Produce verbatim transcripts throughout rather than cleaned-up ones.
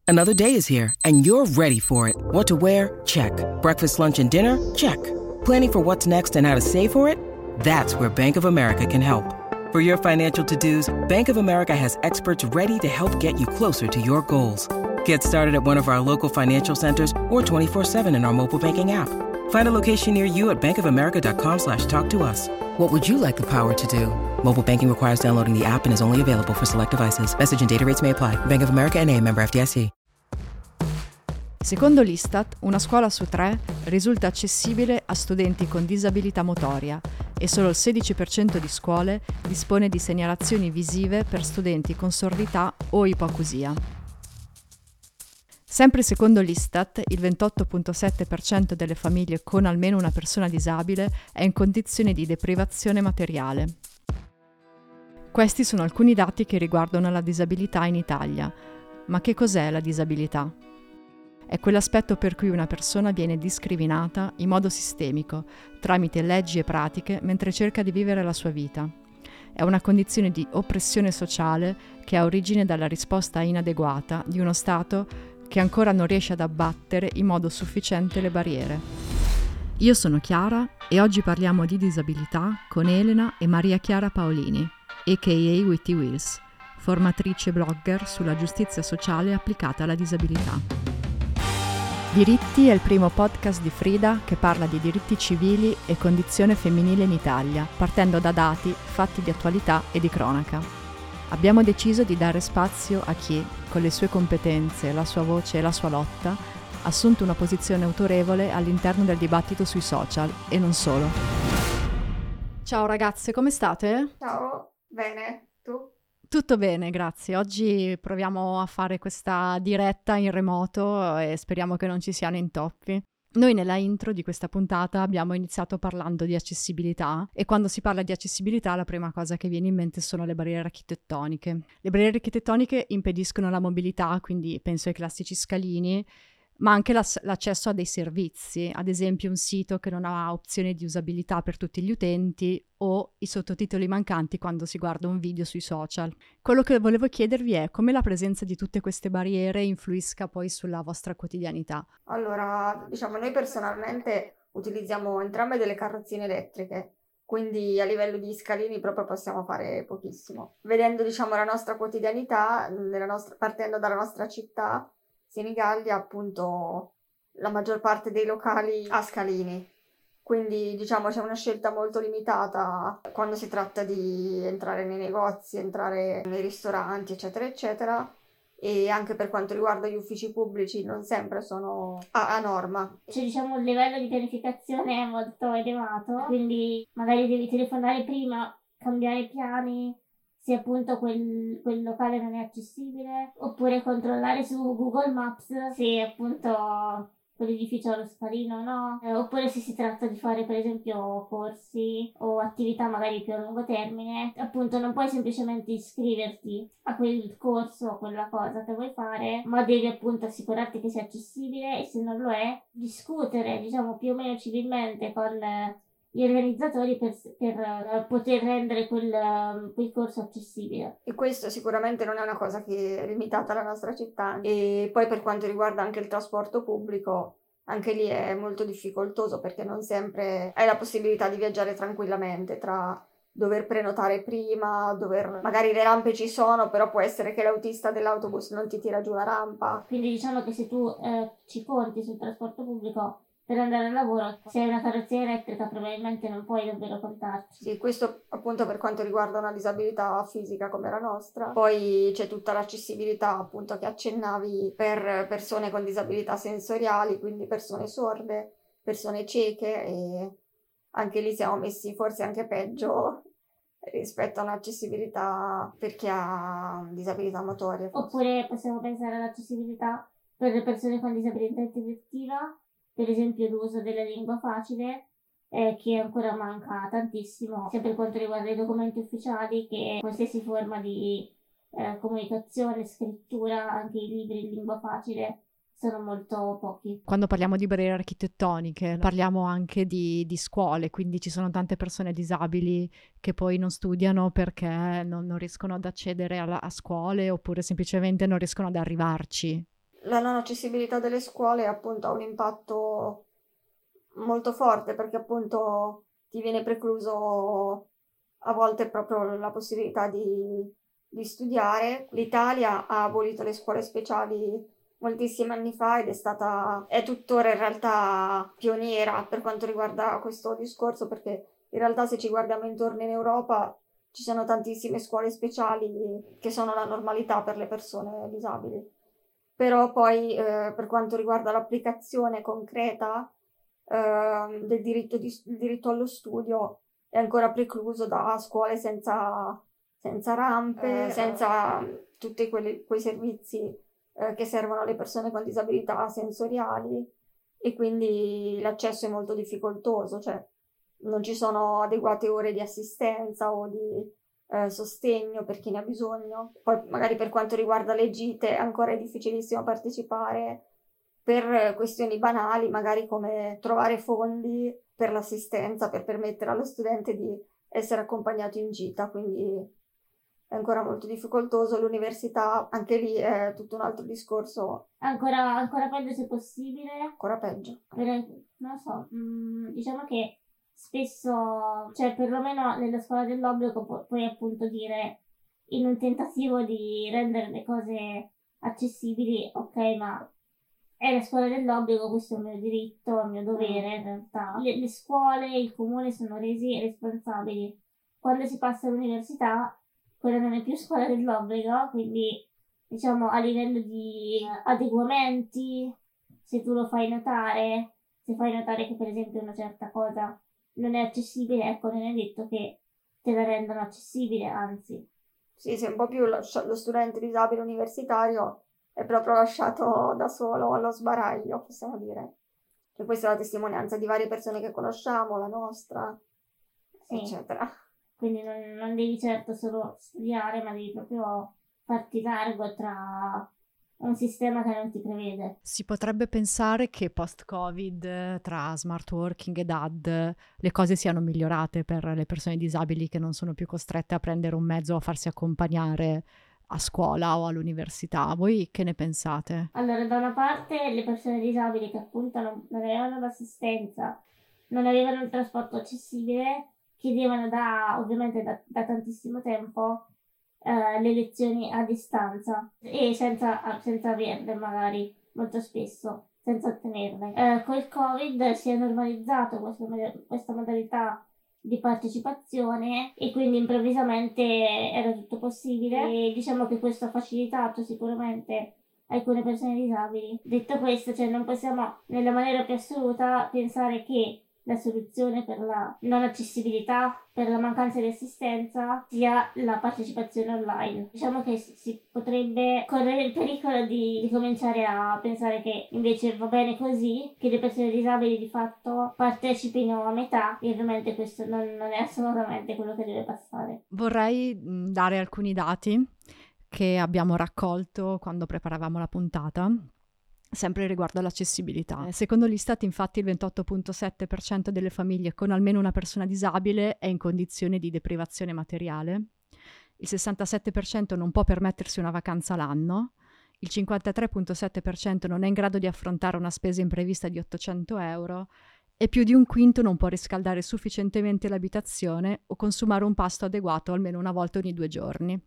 Another day is here, and you're ready for it. What to wear? Check. Breakfast, lunch, and dinner? Check. Planning for what's next and how to save for it? That's where Bank of America can help. For your financial to-dos, Bank of America has experts ready to help get you closer to your goals. Get started at one of our local financial centers or twenty-four seven in our mobile banking app. Find a location near you at bankofamerica.com slash talk to us. What would you like the power to do? Mobile banking requires downloading the app and is only available for select devices. Message and data rates may apply. Bank of America N A, member F D I C. Secondo l'Istat, una scuola su tre risulta accessibile a studenti con disabilità motoria e solo il sedici per cento di scuole dispone di segnalazioni visive per studenti con sordità o ipoacusia. Sempre secondo l'Istat, il ventotto virgola sette per cento delle famiglie con almeno una persona disabile è in condizioni di deprivazione materiale. Questi sono alcuni dati che riguardano la disabilità in Italia. Ma che cos'è la disabilità? È quell'aspetto per cui una persona viene discriminata in modo sistemico, tramite leggi e pratiche, mentre cerca di vivere la sua vita. È una condizione di oppressione sociale che ha origine dalla risposta inadeguata di uno Stato che ancora non riesce ad abbattere in modo sufficiente le barriere. Io sono Chiara e oggi parliamo di disabilità con Elena e Maria Chiara Paolini, a k a. Witty Wheels, formatrice e blogger sulla giustizia sociale applicata alla disabilità. Diritti è il primo podcast di Frida che parla di diritti civili e condizione femminile in Italia, partendo da dati, fatti di attualità e di cronaca. Abbiamo deciso di dare spazio a chi, con le sue competenze, la sua voce e la sua lotta, ha assunto una posizione autorevole all'interno del dibattito sui social e non solo. Ciao ragazze, come state? Ciao, bene, tu? Tutto bene, grazie. Oggi proviamo a fare questa diretta in remoto e speriamo che non ci siano intoppi. Noi nella intro di questa puntata abbiamo iniziato parlando di accessibilità e quando si parla di accessibilità la prima cosa che viene in mente sono le barriere architettoniche. Le barriere architettoniche impediscono la mobilità, quindi penso ai classici scalini, ma anche l'ass- l'accesso a dei servizi, ad esempio un sito che non ha opzione di usabilità per tutti gli utenti o i sottotitoli mancanti quando si guarda un video sui social. Quello che volevo chiedervi è come la presenza di tutte queste barriere influisca poi sulla vostra quotidianità. Allora, diciamo, noi personalmente utilizziamo entrambe delle carrozzine elettriche, quindi a livello di scalini proprio possiamo fare pochissimo. Vedendo, diciamo, la nostra quotidianità, nella nostra, partendo dalla nostra città, Senigallia, appunto, la maggior parte dei locali ha scalini, quindi diciamo c'è una scelta molto limitata quando si tratta di entrare nei negozi, entrare nei ristoranti, eccetera, eccetera, e anche per quanto riguarda gli uffici pubblici non sempre sono a, a norma. Cioè, diciamo, il livello di pianificazione è molto elevato, quindi magari devi telefonare prima, cambiare i piani, se appunto quel, quel locale non è accessibile, oppure controllare su Google Maps se appunto quell'edificio ha lo scalino o no, eh, oppure se si tratta di fare per esempio corsi o attività magari più a lungo termine, appunto non puoi semplicemente iscriverti a quel corso o quella cosa che vuoi fare, ma devi appunto assicurarti che sia accessibile e se non lo è discutere, diciamo, più o meno civilmente con eh, gli organizzatori per, per uh, poter rendere quel, uh, quel corso accessibile. E questo sicuramente non è una cosa che è limitata alla nostra città. E poi per quanto riguarda anche il trasporto pubblico, anche lì è molto difficoltoso perché non sempre hai la possibilità di viaggiare tranquillamente tra dover prenotare prima, dover magari le rampe ci sono, però può essere che l'autista dell'autobus non ti tira giù la rampa. Quindi diciamo che se tu eh, ci conti sul trasporto pubblico per andare al lavoro, se hai una carrozzeria elettrica probabilmente non puoi davvero contarci. Sì, questo appunto per quanto riguarda una disabilità fisica come la nostra. Poi c'è tutta l'accessibilità appunto che accennavi per persone con disabilità sensoriali, quindi persone sorde, persone cieche, e anche lì siamo messi forse anche peggio rispetto a un'accessibilità per chi ha disabilità motoria. Forse. Oppure possiamo pensare all'accessibilità per le persone con disabilità intellettiva, per esempio l'uso della lingua facile, eh, che ancora manca tantissimo, sia per quanto riguarda i documenti ufficiali che qualsiasi forma di eh, comunicazione, scrittura, anche i libri in lingua facile sono molto pochi. Quando parliamo di barriere architettoniche parliamo anche di, di scuole, quindi ci sono tante persone disabili che poi non studiano perché non, non riescono ad accedere alla, a scuole oppure semplicemente non riescono ad arrivarci. la non accessibilità delle scuole appunto ha un impatto molto forte, perché appunto ti viene precluso a volte proprio la possibilità di, di studiare. L'Italia ha abolito le scuole speciali moltissimi anni fa ed è stata, è tuttora in realtà pioniera per quanto riguarda questo discorso, perché in realtà se ci guardiamo intorno in Europa ci sono tantissime scuole speciali che sono la normalità per le persone disabili. Però poi eh, per quanto riguarda l'applicazione concreta eh, del diritto, di, il diritto allo studio è ancora precluso da scuole senza, senza rampe, eh, senza tutti quelli, quei servizi eh, che servono alle persone con disabilità sensoriali, e quindi l'accesso è molto difficoltoso, cioè non ci sono adeguate ore di assistenza o di eh, sostegno per chi ne ha bisogno. Poi magari per quanto riguarda le gite ancora è difficilissimo partecipare per questioni banali, magari come trovare fondi per l'assistenza, per permettere allo studente di essere accompagnato in gita, quindi è ancora molto difficoltoso. L'università, anche lì è tutto un altro discorso. Ancora, ancora peggio se possibile. Ancora peggio. Per, non lo so, mh, diciamo che spesso, cioè perlomeno nella scuola dell'obbligo pu- puoi appunto dire, in un tentativo di rendere le cose accessibili, ok, ma è la scuola dell'obbligo, questo è un mio diritto, è un mio dovere in realtà. Le, le scuole, il comune sono resi responsabili. Quando si passa all'università, quella non è più scuola dell'obbligo, quindi diciamo a livello di adeguamenti, se tu lo fai notare, se fai notare che per esempio una certa cosa non è accessibile, ecco, non è detto che te la rendono accessibile, anzi. Sì, sei un po' più lo, lo studente disabile universitario è proprio lasciato da solo allo sbaraglio, possiamo dire. E questa è la testimonianza di varie persone che conosciamo, la nostra, sì, eccetera. Quindi non, non devi certo solo studiare, ma devi proprio farti largo tra un sistema che non ti prevede. Si potrebbe pensare che post-Covid, tra smart working ed A D, le cose siano migliorate per le persone disabili che non sono più costrette a prendere un mezzo o a farsi accompagnare a scuola o all'università. Voi che ne pensate? Allora, da una parte le persone disabili che appunto non, non avevano l'assistenza, non avevano il trasporto accessibile, chiedevano da, ovviamente da, da tantissimo tempo eh, le lezioni a distanza e senza, senza averle magari, molto spesso, senza ottenerle. Eh, col Covid si è normalizzato questa, questa modalità di partecipazione e quindi improvvisamente era tutto possibile e diciamo che questo ha facilitato sicuramente alcune persone disabili. Detto questo, cioè non possiamo nella maniera più assoluta pensare che la soluzione per la non accessibilità, per la mancanza di assistenza, sia la partecipazione online. Diciamo che si potrebbe correre il pericolo di, di cominciare a pensare che invece va bene così, che le persone disabili di fatto partecipino a metà, e ovviamente questo non, non è assolutamente quello che deve passare. Vorrei mh, dare alcuni dati che abbiamo raccolto quando preparavamo la puntata, sempre riguardo all'accessibilità. Secondo l'Istat, infatti, il ventotto virgola sette per cento delle famiglie con almeno una persona disabile è in condizione di deprivazione materiale, il sessantasette per cento non può permettersi una vacanza l'anno, il cinquantatré virgola sette per cento non è in grado di affrontare una spesa imprevista di ottocento euro e più di un quinto non può riscaldare sufficientemente l'abitazione o consumare un pasto adeguato almeno una volta ogni due giorni.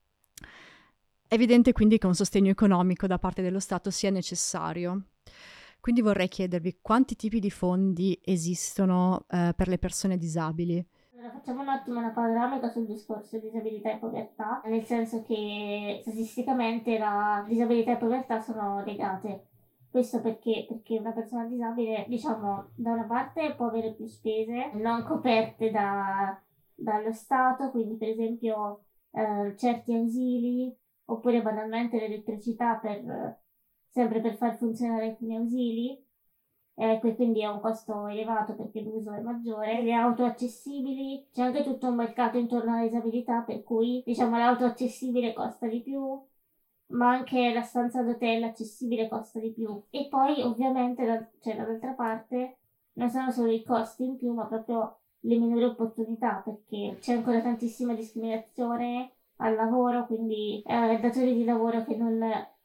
È evidente quindi che un sostegno economico da parte dello Stato sia necessario. Quindi vorrei chiedervi quanti tipi di fondi esistono eh, per le persone disabili. Allora, facciamo un attimo una panoramica sul discorso di disabilità e povertà, nel senso che statisticamente la disabilità e povertà sono legate. Questo perché, perché una persona disabile, diciamo, da una parte può avere più spese non coperte da, dallo Stato, quindi per esempio eh, certi ausili, oppure banalmente l'elettricità per, sempre per far funzionare alcuni ausili, eh, quindi è un costo elevato perché l'uso è maggiore. Le auto accessibili, c'è anche tutto un mercato intorno alla disabilità, per cui diciamo l'auto accessibile costa di più, ma anche la stanza d'hotel accessibile costa di più. E poi ovviamente da, cioè, dall'altra parte non sono solo i costi in più, ma proprio le minori opportunità, perché c'è ancora tantissima discriminazione al lavoro, quindi eh, datori di lavoro che non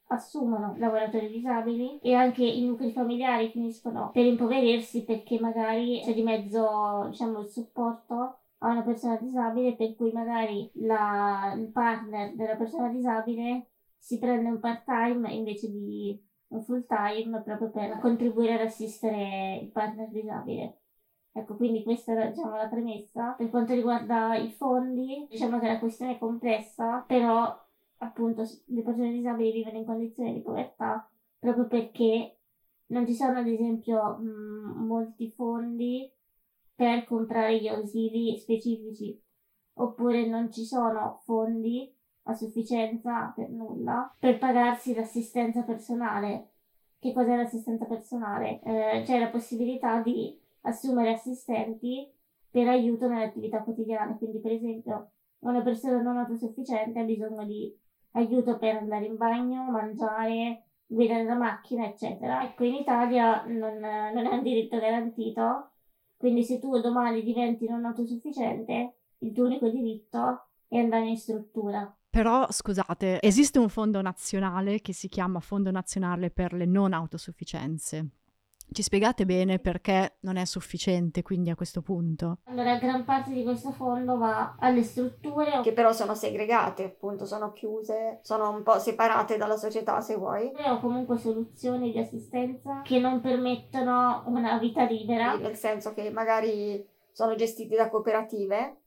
assumono lavoratori disabili e anche i nuclei familiari finiscono per impoverirsi perché magari c'è di mezzo, diciamo, il supporto a una persona disabile, per cui magari la, il partner della persona disabile si prende un part-time invece di un full-time proprio per contribuire ad assistere il partner disabile. Ecco, quindi questa è, diciamo, la premessa. Per quanto riguarda i fondi, diciamo che la questione è complessa, però appunto le persone disabili vivono in condizioni di povertà proprio perché non ci sono, ad esempio, mh, molti fondi per comprare gli ausili specifici, oppure non ci sono fondi a sufficienza per nulla per pagarsi l'assistenza personale. Che cos'è l'assistenza personale? Eh, c'è la possibilità di assumere assistenti per aiuto nelle attività quotidiane, quindi per esempio una persona non autosufficiente ha bisogno di aiuto per andare in bagno, mangiare, guidare la macchina, eccetera. Ecco, in Italia non, non è un diritto garantito, quindi se tu domani diventi non autosufficiente, il tuo unico diritto è andare in struttura. Però, scusate, esiste un fondo nazionale che si chiama Fondo Nazionale per le Non Autosufficienze. Ci spiegate bene perché non è sufficiente, quindi a questo punto? Allora, gran parte di questo fondo va alle strutture che però sono segregate, appunto, sono chiuse, sono un po' separate dalla società, se vuoi. O comunque soluzioni di assistenza che non permettono una vita libera. Nel senso che magari sono gestiti da cooperative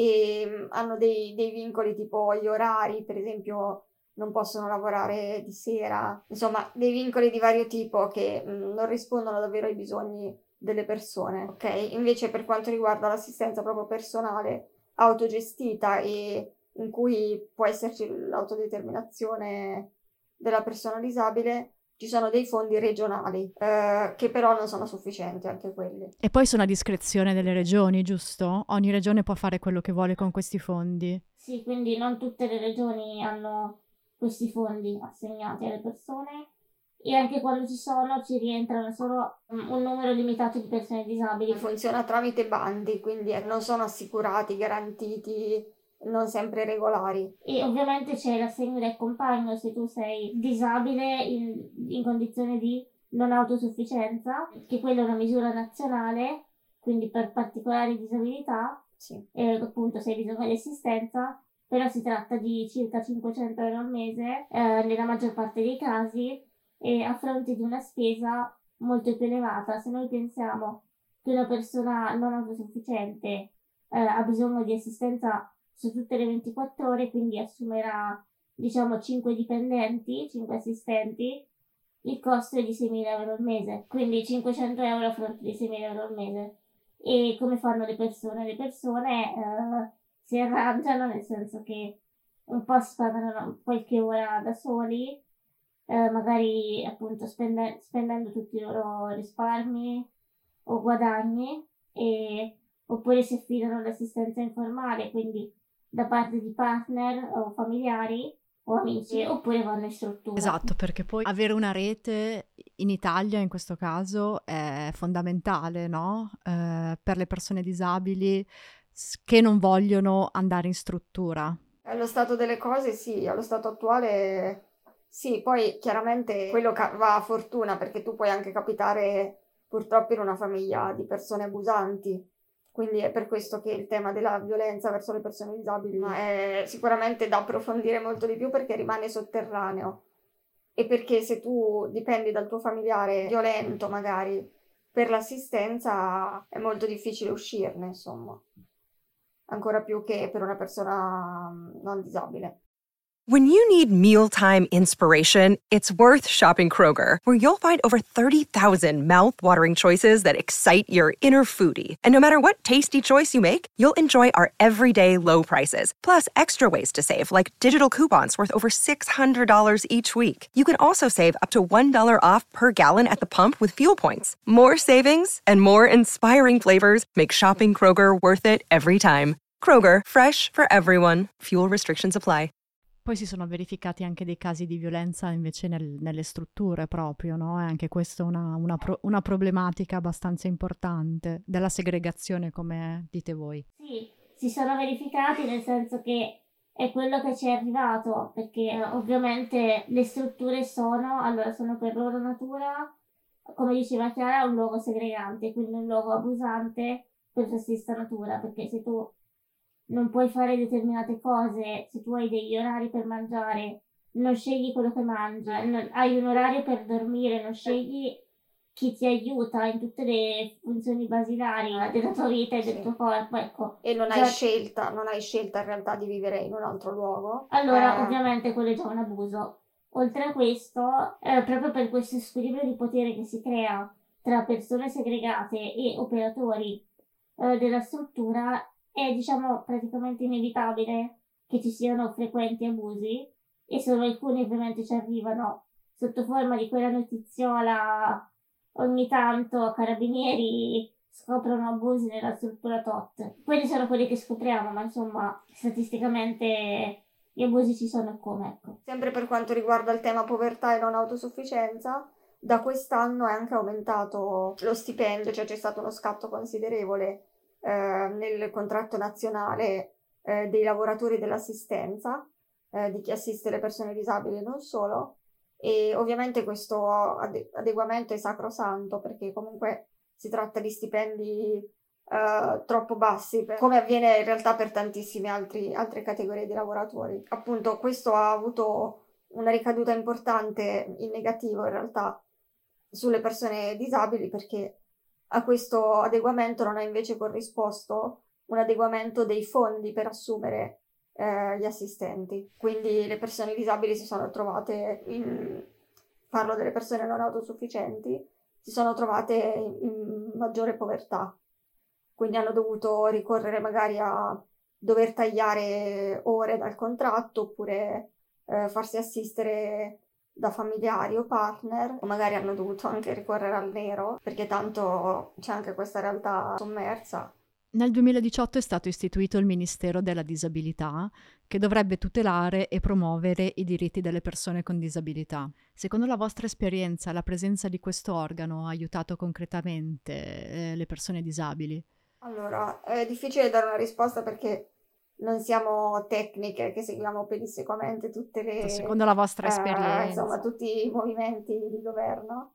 e hanno dei, dei vincoli tipo gli orari, per esempio non possono lavorare di sera, insomma dei vincoli di vario tipo che mh, non rispondono davvero ai bisogni delle persone, ok? Invece per quanto riguarda l'assistenza proprio personale, autogestita e in cui può esserci l'autodeterminazione della persona disabile, ci sono dei fondi regionali, eh, che però non sono sufficienti anche quelli. E poi sono a discrezione delle regioni, giusto? Ogni regione può fare quello che vuole con questi fondi. Sì, quindi non tutte le regioni hanno questi fondi assegnati alle persone e anche quando ci sono ci rientrano solo un numero limitato di persone disabili. Funziona tramite bandi, quindi non sono assicurati, garantiti, non sempre regolari. E ovviamente c'è l'assegno del compagno se tu sei disabile in, in condizione di non autosufficienza, che quella è una misura nazionale, quindi per particolari disabilità, sì. E appunto se hai bisogno di assistenza, però si tratta di circa cinquecento euro al mese eh, nella maggior parte dei casi, e a fronte di una spesa molto più elevata. Se noi pensiamo che una persona non autosufficiente eh, ha bisogno di assistenza su tutte le ventiquattro ore, quindi assumerà diciamo cinque dipendenti, cinque assistenti, il costo è di seimila euro al mese, quindi cinquecento euro a fronte di seimila euro al mese. E come fanno le persone? Le persone eh, si arrangiano, nel senso che un po' si pagano qualche ora da soli, eh, magari appunto spende, spendendo tutti i loro risparmi o guadagni, e, oppure si affidano all'assistenza informale, quindi da parte di partner o familiari o amici, oppure vanno in struttura. Esatto, perché poi avere una rete in Italia in questo caso è fondamentale, no? Eh, per le persone disabili che non vogliono andare in struttura. Allo stato delle cose sì, allo stato attuale sì, poi chiaramente quello ca- va a fortuna, perché tu puoi anche capitare purtroppo in una famiglia di persone abusanti, quindi è per questo che il tema della violenza verso le persone disabili è sicuramente da approfondire molto di più, perché rimane sotterraneo, e perché se tu dipendi dal tuo familiare violento magari per l'assistenza è molto difficile uscirne, insomma, ancora più che per una persona non disabile. When you need mealtime inspiration, it's worth shopping Kroger, where you'll find over thirty thousand mouth-watering choices that excite your inner foodie. And no matter what tasty choice you make, you'll enjoy our everyday low prices, plus extra ways to save, like digital coupons worth over six hundred dollars each week. You can also save up to one dollar off per gallon at the pump with fuel points. More savings and more inspiring flavors make shopping Kroger worth it every time. Kroger, fresh for everyone. Fuel restrictions apply. Poi si sono verificati anche dei casi di violenza invece nel, nelle strutture proprio, no? E anche questa è una, una, pro, una problematica abbastanza importante della segregazione, come dite voi. Sì, si sono verificati, nel senso che è quello che ci è arrivato, perché eh, ovviamente le strutture sono, allora sono per loro natura, come diceva Chiara, un luogo segregante, quindi un luogo abusante per sua stessa natura, perché se tu non puoi fare determinate cose, se tu hai degli orari per mangiare, non scegli quello che mangi, non, hai un orario per dormire, non scegli chi ti aiuta in tutte le funzioni basilari della tua vita e del Sì. tuo corpo, ecco. E non Già- hai scelta, non hai scelta in realtà di vivere in un altro luogo. Allora, Eh, ovviamente quello è già un abuso. Oltre a questo, eh, proprio per questo squilibrio di potere che si crea tra persone segregate e operatori eh, della struttura, è diciamo praticamente inevitabile che ci siano frequenti abusi, e solo alcuni ovviamente ci arrivano sotto forma di quella notiziola ogni tanto carabinieri scoprono abusi nella struttura tot. Quelli sono quelli che scopriamo, ma insomma statisticamente gli abusi ci sono e come, ecco. Sempre per quanto riguarda il tema povertà e non autosufficienza, da quest'anno è anche aumentato lo stipendio, cioè c'è stato uno scatto considerevole eh, nel contratto nazionale eh, dei lavoratori dell'assistenza, eh, di chi assiste le persone disabili e non solo, e ovviamente questo ade- adeguamento è sacrosanto perché comunque si tratta di stipendi Uh, troppo bassi, per, come avviene in realtà per tantissime altri, altre categorie di lavoratori. Appunto, questo ha avuto una ricaduta importante in negativo in realtà sulle persone disabili, perché a questo adeguamento non ha invece corrisposto un adeguamento dei fondi per assumere eh, gli assistenti. Quindi le persone disabili si sono trovate, in, parlo delle persone non autosufficienti, si sono trovate in, in maggiore povertà. Quindi hanno dovuto ricorrere magari a dover tagliare ore dal contratto oppure eh, farsi assistere da familiari o partner, o magari hanno dovuto anche ricorrere al nero, perché tanto c'è anche questa realtà sommersa. Nel duemiladiciotto è stato istituito il Ministero della Disabilità, che dovrebbe tutelare e promuovere i diritti delle persone con disabilità. Secondo la vostra esperienza, la presenza di questo organo ha aiutato concretamente eh, le persone disabili? Allora, è difficile dare una risposta perché non siamo tecniche che seguiamo pedissequamente tutte le... Secondo la vostra eh, esperienza. insomma, tutti i movimenti di governo,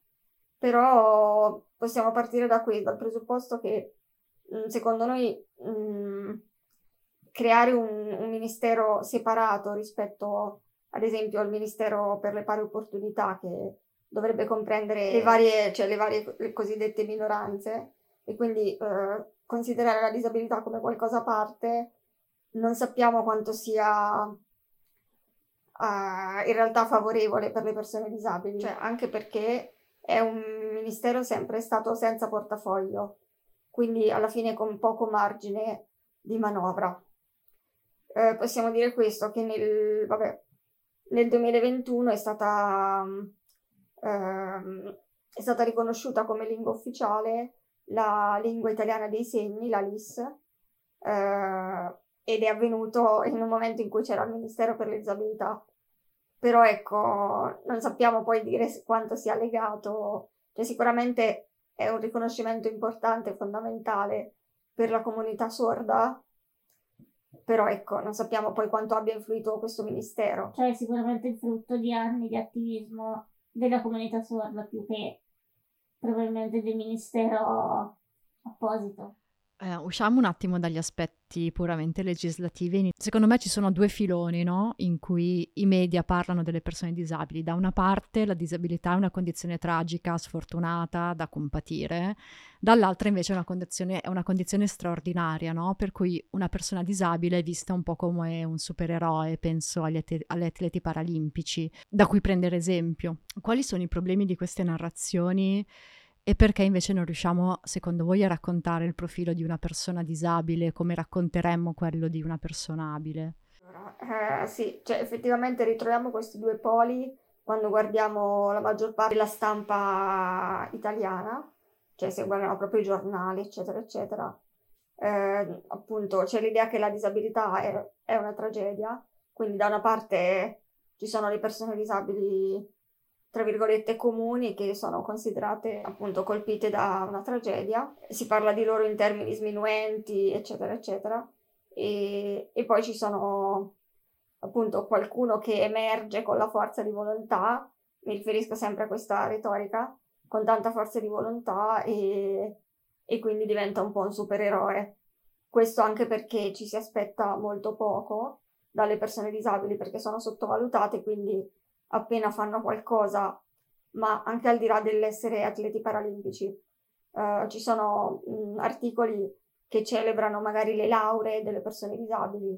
però possiamo partire da qui, dal presupposto che mh, secondo noi mh, creare un, un ministero separato rispetto ad esempio al Ministero per le pari opportunità, che dovrebbe comprendere le varie, cioè le varie le cosiddette minoranze, e quindi eh, considerare la disabilità come qualcosa a parte, non sappiamo quanto sia uh, in realtà favorevole per le persone disabili, cioè anche perché è un ministero sempre stato senza portafoglio, quindi alla fine con poco margine di manovra. Eh, possiamo dire questo, che nel, vabbè, nel duemilaventuno è stata, ehm, è stata riconosciuta come lingua ufficiale la lingua italiana dei segni, la L I S, eh, ed è avvenuto in un momento in cui c'era il Ministero per le disabilità. Però ecco, non sappiamo poi dire quanto sia legato, cioè sicuramente è un riconoscimento importante, fondamentale per la comunità sorda, però ecco, non sappiamo poi quanto abbia influito questo ministero. Cioè sicuramente il frutto di anni di attivismo della comunità sorda più che probabilmente del ministero apposito. Eh, usciamo un attimo dagli aspetti puramente legislativi. Secondo me ci sono due filoni, no? In cui i media parlano delle persone disabili. Da una parte la disabilità è una condizione tragica, sfortunata, da compatire, dall'altra invece è una condizione, è una condizione straordinaria, no? Per cui una persona disabile è vista un po' come un supereroe, penso agli, at- agli atleti paralimpici, da cui prendere esempio. Quali sono i problemi di queste narrazioni? E perché invece non riusciamo, secondo voi, a raccontare il profilo di una persona disabile come racconteremmo quello di una persona abile? Eh, sì, cioè effettivamente ritroviamo questi due poli quando guardiamo la maggior parte della stampa italiana, cioè se guardiamo proprio i giornali, eccetera, eccetera. Eh, appunto c'è l'idea che la disabilità è, è una tragedia, quindi da una parte ci sono le persone disabili tra virgolette comuni, che sono considerate appunto colpite da una tragedia, si parla di loro in termini sminuenti, eccetera eccetera, e, e poi ci sono appunto qualcuno che emerge con la forza di volontà, mi riferisco sempre a questa retorica, con tanta forza di volontà e, e quindi diventa un po' un supereroe. Questo anche perché ci si aspetta molto poco dalle persone disabili, perché sono sottovalutate, quindi appena fanno qualcosa, ma anche al di là dell'essere atleti paralimpici, eh, ci sono mh, articoli che celebrano magari le lauree delle persone disabili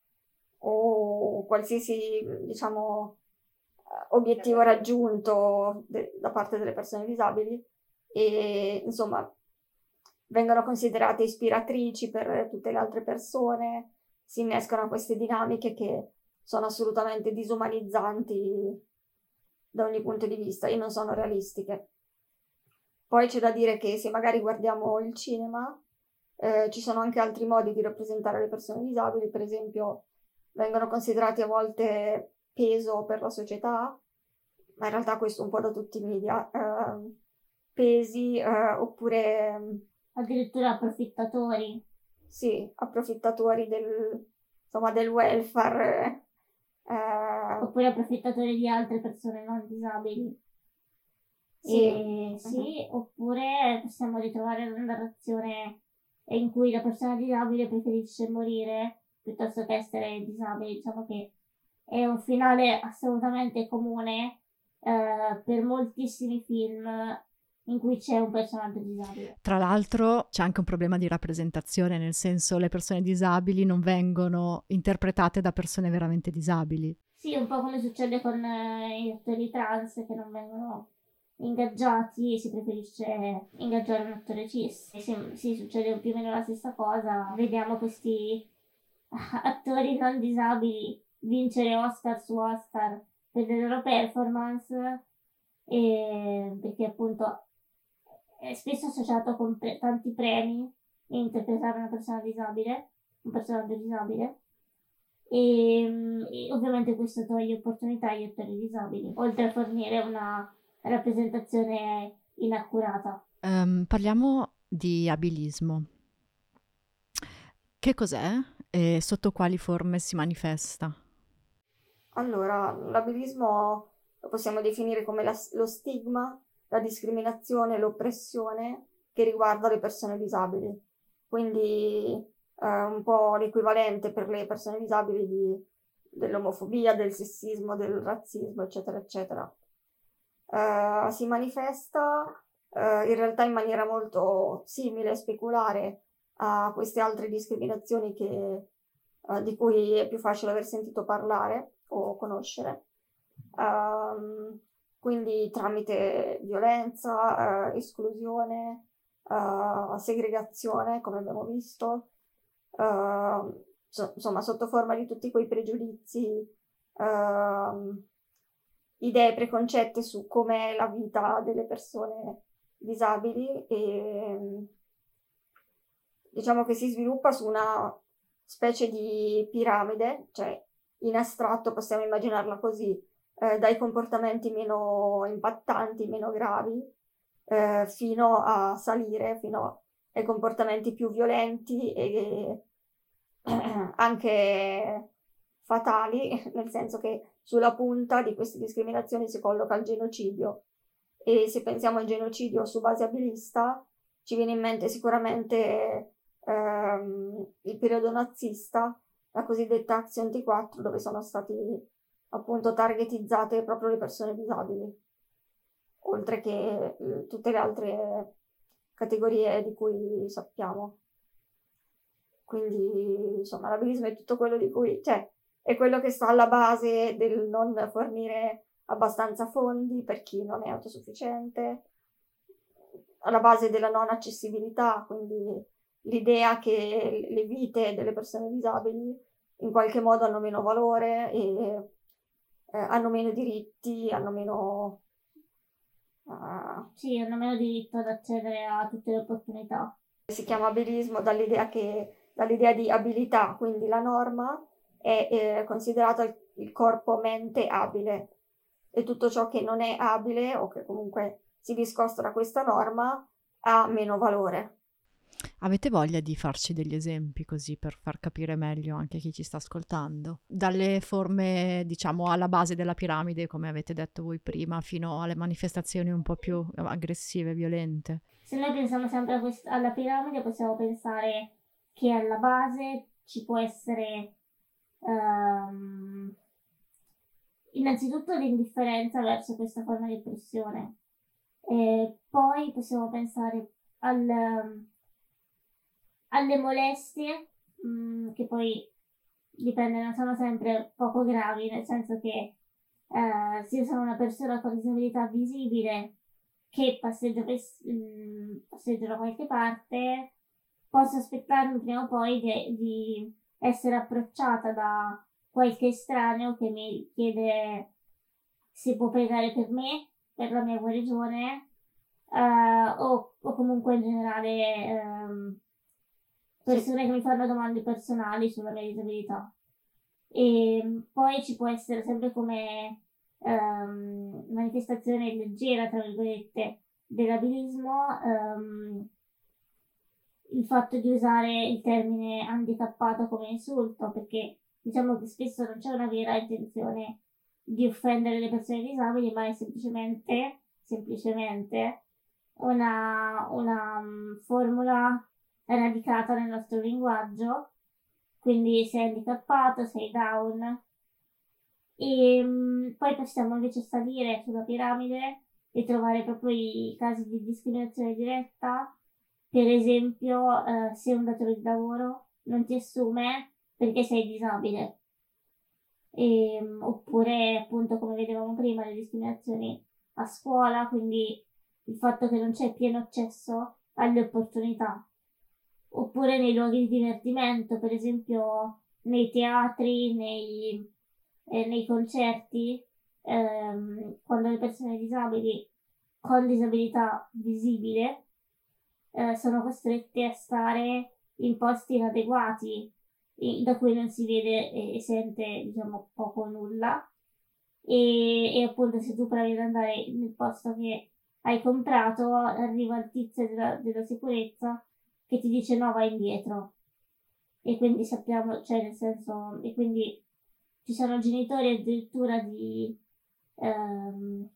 o qualsiasi, diciamo, obiettivo raggiunto de- da parte delle persone disabili e insomma vengono considerate ispiratrici per tutte le altre persone, si innescono queste dinamiche che sono assolutamente disumanizzanti da ogni punto di vista e non sono realistiche. Poi c'è da dire che se magari guardiamo il cinema, eh, ci sono anche altri modi di rappresentare le persone disabili, per esempio vengono considerati a volte peso per la società, ma in realtà questo un po' da tutti i media, eh, pesi eh, oppure addirittura approfittatori. Sì, approfittatori del, insomma, del welfare. Eh, oppure approfittatori di altre persone non disabili. Sì, E, sì, uh-huh. Oppure possiamo ritrovare una narrazione in cui la persona disabile preferisce morire piuttosto che essere disabile. Diciamo che è un finale assolutamente comune eh, per moltissimi film in cui c'è un personaggio disabile. Tra l'altro c'è anche un problema di rappresentazione, nel senso le persone disabili non vengono interpretate da persone veramente disabili. Sì, un po' come succede con eh, gli attori trans che non vengono ingaggiati e si preferisce ingaggiare un attore cis. Sì, sì, succede più o meno la stessa cosa. Vediamo questi attori non disabili vincere Oscar su Oscar per le loro performance e perché appunto è spesso associato con pre- tanti premi interpretare una persona disabile, un personaggio disabile e, e ovviamente questo toglie opportunità agli attori disabili, oltre a fornire una rappresentazione inaccurata. Um, parliamo di abilismo. Che cos'è e sotto quali forme si manifesta? Allora, l'abilismo lo possiamo definire come la, lo stigma, la discriminazione, l'oppressione che riguarda le persone disabili. Quindi eh, un po' l'equivalente per le persone disabili di, dell'omofobia, del sessismo, del razzismo, eccetera, eccetera. Uh, si manifesta uh, in realtà in maniera molto simile e speculare a queste altre discriminazioni che, uh, di cui è più facile aver sentito parlare o conoscere, um, quindi tramite violenza, uh, esclusione, uh, segregazione, come abbiamo visto, uh, so, insomma sotto forma di tutti quei pregiudizi, uh, idee preconcette su com'è la vita delle persone disabili e diciamo che si sviluppa su una specie di piramide, cioè in astratto possiamo immaginarla così, eh, dai comportamenti meno impattanti, meno gravi, eh, fino a salire, fino ai comportamenti più violenti e eh, anche fatali, nel senso che sulla punta di queste discriminazioni si colloca il genocidio e se pensiamo al genocidio su base abilista ci viene in mente sicuramente ehm, il periodo nazista, la cosiddetta Azione T quattro, dove sono stati appunto targetizzate proprio le persone disabili, oltre che eh, tutte le altre categorie di cui sappiamo. Quindi insomma l'abilismo è tutto quello di cui, cioè è quello che sta alla base del non fornire abbastanza fondi per chi non è autosufficiente, alla base della non accessibilità, quindi l'idea che le vite delle persone disabili in qualche modo hanno meno valore e eh, hanno meno diritti, hanno meno... Uh... Sì, hanno meno diritto ad accedere a tutte le opportunità. Si chiama abilismo dall'idea, che, dall'idea di abilità, quindi la norma è eh, considerato il corpo mente abile e tutto ciò che non è abile o che comunque si discosta da questa norma ha meno valore. Avete voglia di farci degli esempi così per far capire meglio anche chi ci sta ascoltando? Dalle forme, diciamo, alla base della piramide, come avete detto voi prima, fino alle manifestazioni un po' più aggressive, violente. Se noi pensiamo sempre a quest- alla piramide, possiamo pensare che alla base ci può essere um, innanzitutto l'indifferenza verso questa forma di oppressione. E poi possiamo pensare al, alle molestie, mh, che poi dipende, non sono sempre poco gravi, nel senso che eh, se io sono una persona con disabilità visibile che passeggio, per, mh, passeggio da qualche parte, posso aspettarmi prima o poi di, di essere approcciata da qualche estraneo che mi chiede se può pregare per me, per la mia guarigione, uh, o, o comunque in generale um, persone che mi fanno domande personali sulla mia disabilità. E poi ci può essere sempre come um, manifestazione leggera, tra virgolette, dell'abilismo, um, il fatto di usare il termine handicappato come insulto, perché diciamo che spesso non c'è una vera intenzione di offendere le persone disabili, ma è semplicemente, semplicemente una, una um, formula radicata nel nostro linguaggio. Quindi sei handicappato, sei down. E um, poi possiamo invece salire sulla piramide e trovare proprio i casi di discriminazione diretta. Per esempio, eh, se un datore di lavoro non ti assume perché sei disabile. E, oppure appunto, come vedevamo prima, le discriminazioni a scuola, quindi il fatto che non c'è pieno accesso alle opportunità, oppure nei luoghi di divertimento, per esempio nei teatri, nei, eh, nei concerti, ehm, quando le persone disabili con disabilità visibile eh, sono costrette a stare in posti inadeguati, da cui non si vede e sente, diciamo, poco o nulla, e, e appunto se tu provi ad andare nel posto che hai comprato, arriva il tizio della, della sicurezza che ti dice no, vai indietro, e quindi sappiamo, cioè nel senso, e quindi ci sono genitori addirittura di ehm,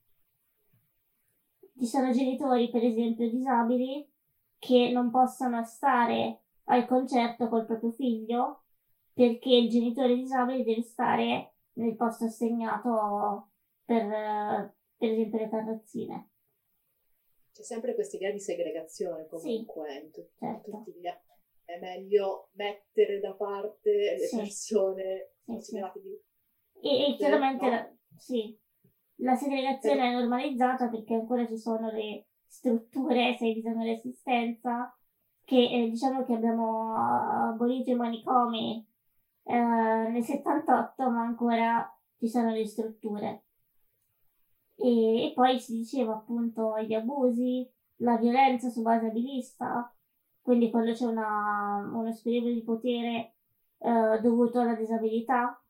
ci sono genitori per esempio disabili che non possono stare al concerto col proprio figlio perché il genitore disabile deve stare nel posto assegnato per, per esempio, le carrozzine. C'è sempre questa idea di segregazione comunque, sì, in tutti, certo. tutti gli anni. È meglio mettere da parte le sì. persone sì, considerate sì. di... E, e chiaramente no? la, sì, la segregazione per... è normalizzata perché ancora ci sono le strutture, se bisogna di assistenza, che eh, diciamo che abbiamo abolito i manicomi eh, nel settantotto, ma ancora ci sono le strutture. E, e poi si diceva appunto gli abusi, la violenza su base abilista, quindi quando c'è una, uno squilibrio di potere eh, dovuto alla disabilità,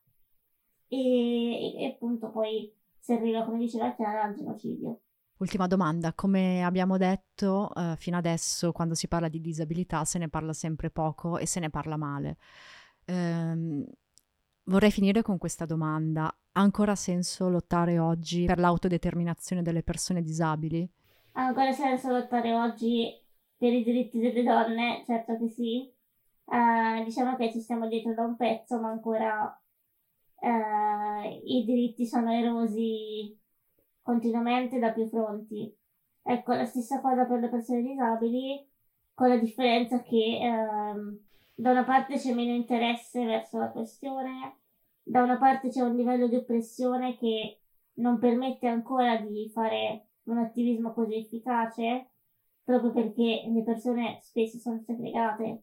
e, e appunto poi si arriva, come diceva Chiara, al genocidio. Ultima domanda, come abbiamo detto eh, fino adesso, quando si parla di disabilità se ne parla sempre poco e se ne parla male. Ehm, vorrei finire con questa domanda: ha ancora senso lottare oggi per l'autodeterminazione delle persone disabili? Ha ancora senso lottare oggi per i diritti delle donne? Certo che sì. Uh, diciamo che ci stiamo dietro da un pezzo, ma ancora uh, i diritti sono erosi continuamente da più fronti. Ecco, la stessa cosa per le persone disabili, con la differenza che ehm, da una parte c'è meno interesse verso la questione, da una parte c'è un livello di oppressione che non permette ancora di fare un attivismo così efficace, proprio perché le persone spesso sono segregate.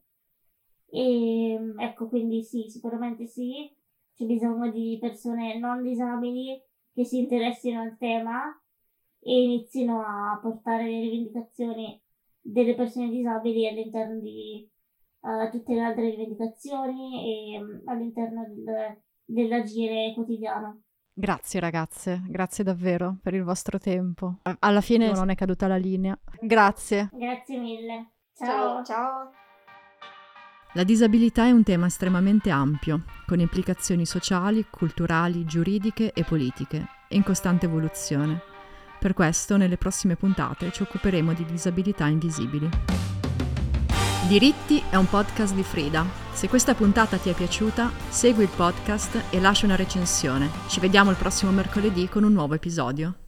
E ecco, quindi sì, sicuramente sì, c'è bisogno di persone non disabili che si interessino al tema e inizino a portare le rivendicazioni delle persone disabili all'interno di uh, tutte le altre rivendicazioni e um, all'interno del, dell'agire quotidiano. Grazie ragazze, grazie davvero per il vostro tempo. Alla fine non è caduta la linea. Grazie. Grazie mille. Ciao. Ciao. La disabilità è un tema estremamente ampio, con implicazioni sociali, culturali, giuridiche e politiche, e in costante evoluzione. Per questo, nelle prossime puntate ci occuperemo di disabilità invisibili. Diritti è un podcast di Frida. Se questa puntata ti è piaciuta, segui il podcast e lascia una recensione. Ci vediamo il prossimo mercoledì con un nuovo episodio.